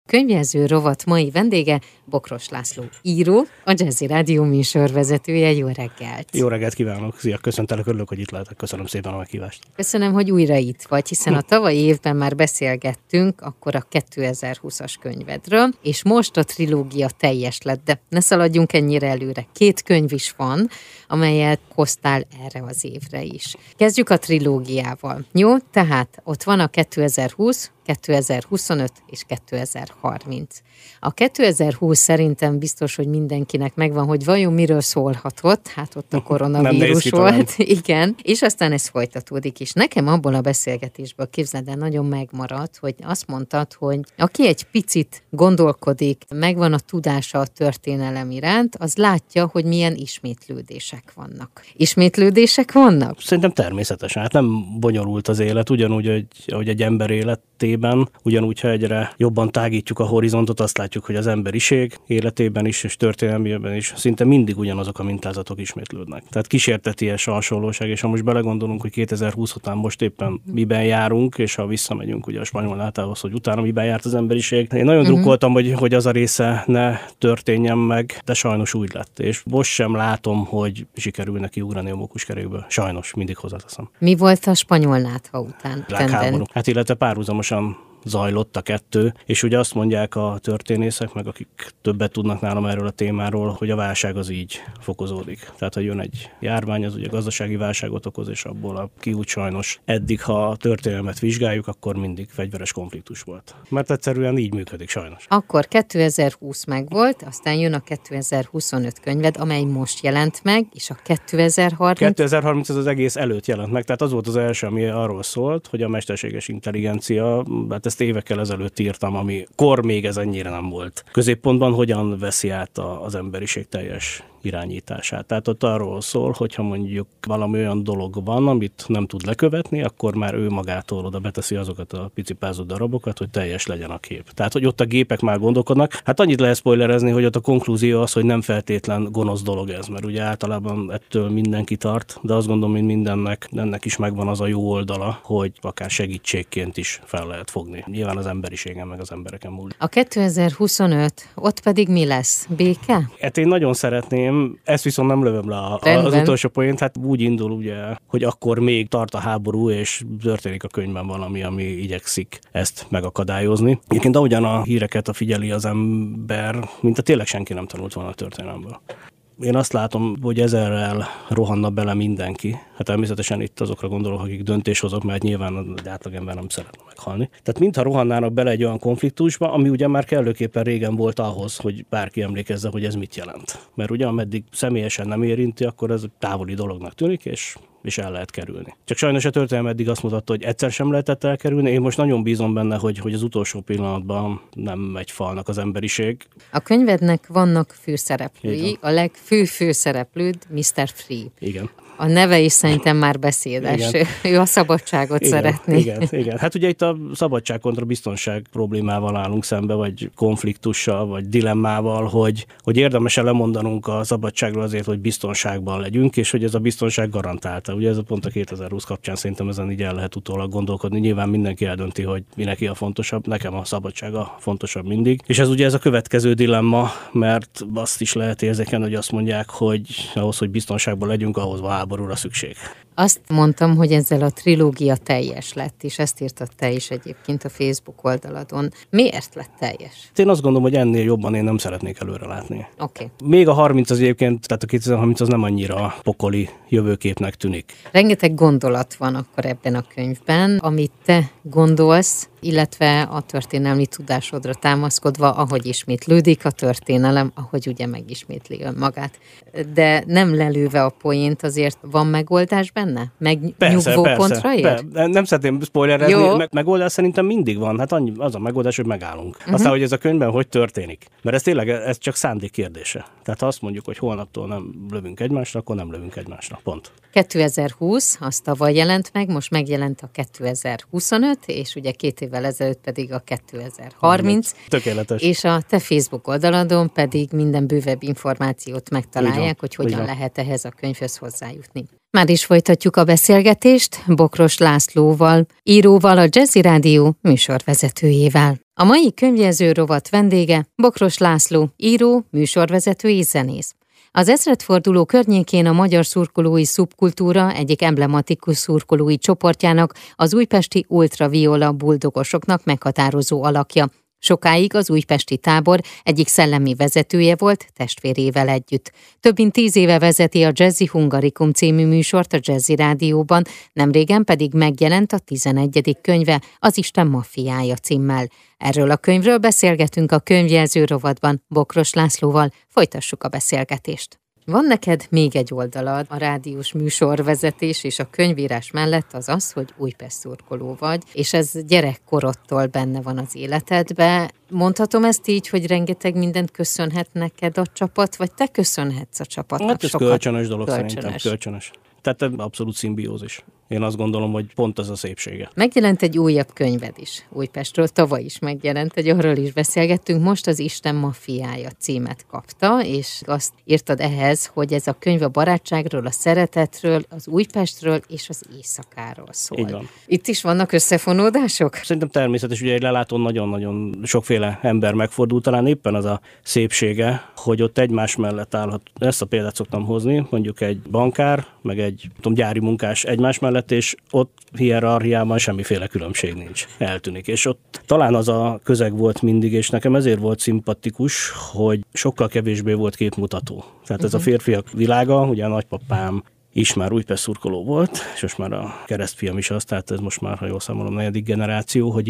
Könyvjelző rovat mai vendége Bokros László író, a Jazzy Rádió műsorvezetője. Jó reggelt! Jó reggelt kívánok! Szia, köszöntelek, örülök, hogy itt lehetek. Köszönöm szépen a meghívást. Köszönöm, hogy újra itt vagy, hiszen a tavalyi évben már beszélgettünk akkor a 2020-as könyvedről, és most a trilógia teljes lett, de ne szaladjunk ennyire előre. 2 könyv is van, amelyet hoztál erre az évre is. Kezdjük a trilógiával. Jó, tehát ott van a 2020, 2025 és 2030. A 2020 szerintem biztos, hogy mindenkinek megvan, hogy vajon miről szólhatott, hát ott a koronavírus volt, igen, és aztán ez folytatódik is. Nekem abból a beszélgetésből, képzeld el, nagyon megmaradt, hogy azt mondtad, hogy aki egy picit gondolkodik, megvan a tudása a történelem iránt, az látja, hogy milyen ismétlődések vannak. Ismétlődések vannak? Szerintem természetesen, hát nem bonyolult az élet, ugyanúgy, hogy egy ember életében, ugyanúgy, ha egyre jobban tágítjuk a horizontot, azt látjuk, hogy az emberiség életében is és történelmében is szinte mindig ugyanazok a mintázatok ismétlődnek. Tehát kísérteties a hasonlóság, és ha most belegondolunk, hogy 2020 után most éppen miben járunk, és ha visszamegyünk ugye a spanyol nátához, hogy utána miben járt az emberiség. Én nagyon drukkoltam, hogy az a része ne történjen meg, de sajnos úgy lett. És most sem látom, hogy sikerül neki ugrani a mókuskerékből. Sajnos, mindig hozzáteszem. Mi volt a spanyol nátha után? Világháború. Hát illetve párhuzamosan zajlott a 2, és ugye azt mondják a történészek, meg akik többet tudnak nálam erről a témáról, hogy a válság az így fokozódik. Tehát, ha jön egy járvány, az ugye gazdasági válságot okoz, és abból a kiút sajnos eddig, ha a történelmet vizsgáljuk, akkor mindig fegyveres konfliktus volt. Mert egyszerűen így működik sajnos. Akkor 2020 megvolt, aztán jön a 2025 könyved, amely most jelent meg, és a 2030... 2030 az egész előtt jelent meg, tehát az volt az első, ami arról szólt, hogy a mesterséges intelligencia, hát ezt évekkel ezelőtt írtam, amikor még ez ennyire nem volt középpontban, hogyan veszi át az emberiség teljes irányítását. Tehát ott arról szól, hogyha mondjuk valami olyan dolog van, amit nem tud lekövetni, akkor már ő magától oda beteszi azokat a picipázó darabokat, hogy teljes legyen a kép. Tehát, hogy ott a gépek már gondolkodnak. Hát annyit lehet spoilerezni, hogy ott a konklúzió az, hogy nem feltétlen gonosz dolog ez, mert ugye általában ettől mindenki tart, de azt gondolom, hogy mindennek ennek is megvan az a jó oldala, hogy akár segítségként is fel lehet fogni. Nyilván az emberiségen meg az embereken múlik. A 2025, ott pedig mi lesz? Béke? Hát én nagyon szeretném, ezt viszont nem lövöm le az utolsó point, hát úgy indul ugye, hogy akkor még tart a háború, és történik a könyvben valami, ami igyekszik ezt megakadályozni. Egyébként ahogyan a híreket figyeli az ember, mint a tényleg senki nem tanult volna a történelemből. Én azt látom, hogy ezerrel rohanna bele mindenki. Hát természetesen itt azokra gondolok, akik döntéshozók, mert nyilván az átlagember nem szeretne meghalni. Tehát mintha rohannának bele egy olyan konfliktusba, ami ugye már kellőképpen régen volt ahhoz, hogy bárki emlékezze, hogy ez mit jelent. Mert ugye ameddig személyesen nem érinti, akkor ez távoli dolognak tűnik, és el lehet kerülni. Csak sajnos a történelem eddig azt mutatta, hogy egyszer sem lehetett elkerülni. Én most nagyon bízom benne, hogy az utolsó pillanatban nem megy falnak az emberiség. A könyvednek vannak főszereplői, a legfőszereplőd Mr. Free. Igen. A neve is szerintem már beszédes. Igen. Ő a szabadságot szeretné. Igen. Hát ugye itt a szabadság kontra biztonság problémával állunk szembe, vagy konfliktussal, vagy dilemmával, hogy érdemes-e lemondanunk a szabadságról azért, hogy biztonságban legyünk, és hogy ez a biztonság garantálta. Ugye ez a pont a 2020 kapcsán szerintem ezen így el lehet utólag gondolkodni. Nyilván mindenki eldönti, hogy mi neki a fontosabb. Nekem a szabadság a fontosabb mindig. És ez ugye ez a következő dilemma, mert azt is lehet érzékelni, hogy azt mondják, hogy ahhoz, hogy biztonságban legyünk, ahhoz van háborúra szükség. Azt mondtam, hogy ezzel a trilógia teljes lett, és ezt írtad te is egyébként a Facebook oldaladon. Miért lett teljes? Én azt gondolom, hogy ennél jobban én nem szeretnék előre látni. Okay. Még a 30 az egyébként, tehát a 2030 az nem annyira pokoli jövőképnek tűnik. Rengeteg gondolat van akkor ebben a könyvben, amit te gondolsz, illetve a történelmi tudásodra támaszkodva, ahogy ismétlődik a történelem, ahogy ugye megismétli önmagát. De nem lelőve a poént, azért van megoldás benne? Megnyugvó pontra ér? Nem szeretném spoilerezni, megoldás szerintem mindig van. Hát az a megoldás, hogy megállunk. Aztán, hogy ez a könyvben hogy történik. Mert ez tényleg ez csak szándék kérdése. Tehát ha azt mondjuk, hogy holnaptól nem lövünk egymásra, akkor nem lövünk egymásra. Pont. 2020, az tavaly jelent meg, most megjelent a 2025, és ugye 2 évvel ezelőtt pedig a 2030. Tökéletes. És a te Facebook oldaladon pedig minden bővebb információt megtalálják, hogy hogyan lehet ehhez a könyvhöz hozzájutni. Már is folytatjuk a beszélgetést Bokros Lászlóval, íróval, a Jazzy Rádió műsorvezetőjével. A mai könyvjelző rovat vendége Bokros László, író, műsorvezető és zenész. Az ezredforduló környékén a magyar szurkolói szubkultúra egyik emblematikus szurkolói csoportjának, az újpesti ultraviola buldogosoknak meghatározó alakja. Sokáig az újpesti tábor egyik szellemi vezetője volt, testvérével együtt. Több mint 10 éve vezeti a Jazzy Hungarikum című műsort a Jazzy Rádióban, nemrégen pedig megjelent a 11. könyve, az Isten maffiája címmel. Erről a könyvről beszélgetünk a könyvjelző rovatban Bokros Lászlóval. Folytassuk a beszélgetést. Van neked még egy oldalad, a rádiós műsorvezetés és a könyvírás mellett az, hogy Újpest szurkoló vagy, és ez gyerekkorodtól benne van az életedben. Mondhatom ezt így, hogy rengeteg mindent köszönhet neked a csapat, vagy te köszönhetsz a csapatnak? Hát ez kölcsönös dolog szerintem, kölcsönös. Tehát abszolút szimbiózis. Én azt gondolom, hogy pont ez a szépsége. Megjelent egy újabb könyved is Újpestről, tavaly is megjelent, arról is beszélgettünk, most az Isten maffiája címet kapta, és azt írtad ehhez, hogy ez a könyv a barátságról, a szeretetről, az Újpestről és az éjszakáról szól. Így van. Itt is vannak összefonódások? Szerintem természetes, ugye egy lelátón nagyon-nagyon sokféle ember megfordul, talán éppen az a szépsége, hogy ott egymás mellett állhat. Ezt a példát szoktam hozni, mondjuk egy bankár, meg egy gyári munkás egymás mellett, és ott hierarchiában semmiféle különbség nincs. Eltűnik. És ott talán az a közeg volt mindig, és nekem ezért volt szimpatikus, hogy sokkal kevésbé volt képmutató. Tehát ez a férfiak világa, ugye a nagypapám is már Újpest szurkoló volt, és most már a keresztfiam is az, tehát ez most már, ha jól számolom, 4. generáció, hogy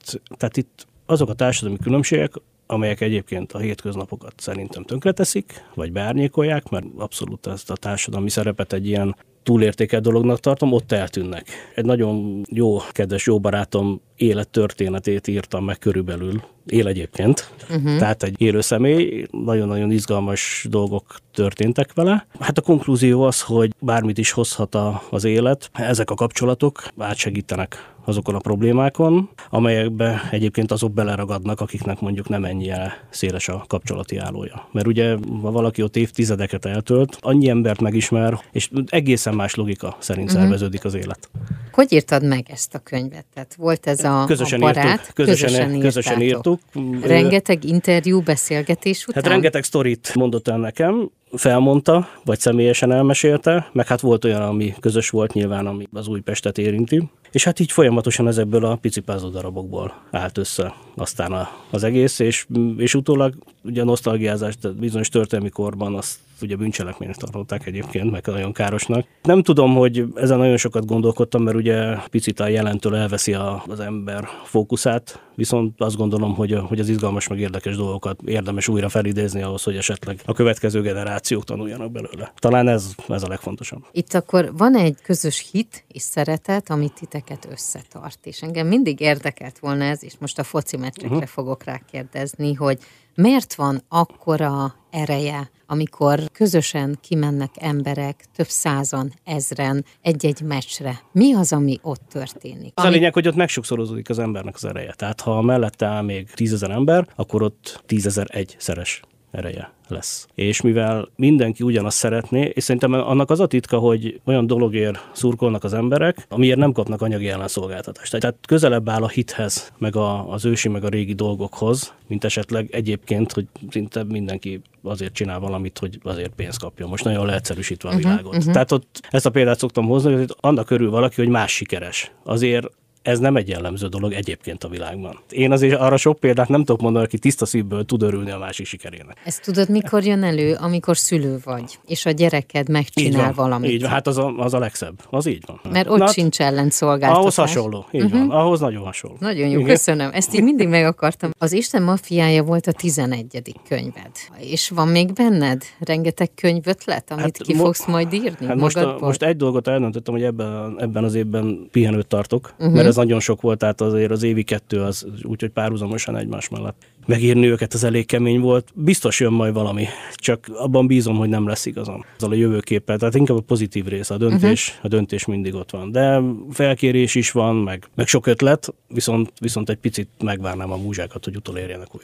itt azok a társadalmi különbségek, amelyek egyébként a hétköznapokat szerintem tönkreteszik, vagy beárnyékolják, mert abszolút ezt a társadalmi szerepet egy ilyen túlértékelt dolognak tartom, ott eltűnnek. Egy nagyon jó, kedves, jó barátom élettörténetét írtam meg körülbelül, él egyébként. Tehát egy élő személy, nagyon-nagyon izgalmas dolgok történtek vele. Hát a konklúzió az, hogy bármit is hozhat az élet, ezek a kapcsolatok átsegítenek azokon a problémákon, amelyekbe egyébként azok beleragadnak, akiknek mondjuk nem ennyire széles a kapcsolati állója. Mert ugye, ha valaki ott évtizedeket eltölt, annyi embert megismer, és egészen más logika szerint szerveződik az élet. Hogy írtad meg ezt a könyvet? Tehát volt ez a barát? Közösen írtuk. Rengeteg interjú, beszélgetés után? Hát rengeteg sztorit mondott el nekem, felmondta, vagy személyesen elmesélte, meg hát volt olyan, ami közös volt nyilván, ami az Újpestet érinti. És hát így folyamatosan ezekből a picipázó darabokból állt össze aztán az egész, és utólag ugye a nosztalgiázást bizonyos történelmi korban azt ugye bűncselekménynek tartották egyébként, meg nagyon károsnak. Nem tudom, hogy ezen nagyon sokat gondolkodtam, mert ugye picit a jelentől elveszi az ember fókuszát, viszont azt gondolom, hogy az izgalmas meg érdekes dolgokat érdemes újra felidézni ahhoz, hogy esetleg a következő generációk tanuljanak belőle. Talán ez a legfontosabb. Itt akkor van egy közös hit és szeretet, amit titeket összetart, és engem mindig érdekelt volna ez, és most a foci meccsekre fogok rákérdezni, hogy miért van akkora ereje, amikor közösen kimennek emberek, több százan, ezren egy-egy meccsre? Mi az, ami ott történik? Az a lényeg, hogy ott megsokszorozódik az embernek az ereje. Tehát ha mellette áll még 10 000 ember, akkor ott 10 001-szeres ereje lesz. És mivel mindenki ugyanazt szeretné, és szerintem annak az a titka, hogy olyan dologért szurkolnak az emberek, amiért nem kapnak anyagi ellenszolgáltatást. Tehát közelebb áll a hithez, meg az ősi, meg a régi dolgokhoz, mint esetleg egyébként, hogy szinte mindenki azért csinál valamit, hogy azért pénzt kapjon. Most nagyon leegyszerűsítve a világot. Tehát ott ezt a példát szoktam hozni, hogy annak örül valaki, hogy más sikeres. Azért ez nem egy jellemző dolog egyébként a világban. Én azért arra sok példát nem tudok mondani, aki tiszta szívből tud örülni a másik sikerének. Ezt tudod, mikor jön elő, amikor szülő vagy, és a gyereked megcsinál valamit. Így van, hát az a legszebb. Az így van. Mert ott sincs ellenszolgáltatás. Ahhoz hasonló, így van. Ahhoz nagyon hasonló. Nagyon jó, köszönöm. Ezt így mindig meg akartam. Az Isten maffiája volt a 11. könyved. És van még benned rengeteg könyvötlet, amit ki fogsz majd írni magadból? Most egy dolgot eldöntöttem, hogy ebben az évben pihenőt tartok, mert ez nagyon sok volt, tehát azért az évi 2 az úgyhogy párhuzamosan egymás mellett. Megírni őket az elég kemény volt. Biztos jön majd valami, csak abban bízom, hogy nem lesz igazam. Azzal a jövőképpel, tehát inkább a pozitív rész, a döntés mindig ott van. De felkérés is van, meg sok ötlet, viszont egy picit megvárnám a múzsákat, hogy utolérjenek újra.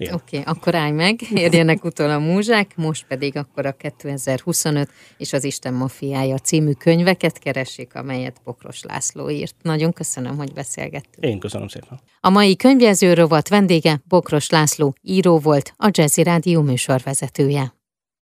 Oké, akkor állj meg, érjenek utol a múzsák, most pedig akkor a 2025 és az Isten Mafiája című könyveket keressék, amelyet Bokros László írt. Nagyon köszönöm, hogy beszélgettünk. Én köszönöm szépen. A mai könyvjelző rovat vendége Bokros László író volt, a Jazzy Rádió műsorvezetője.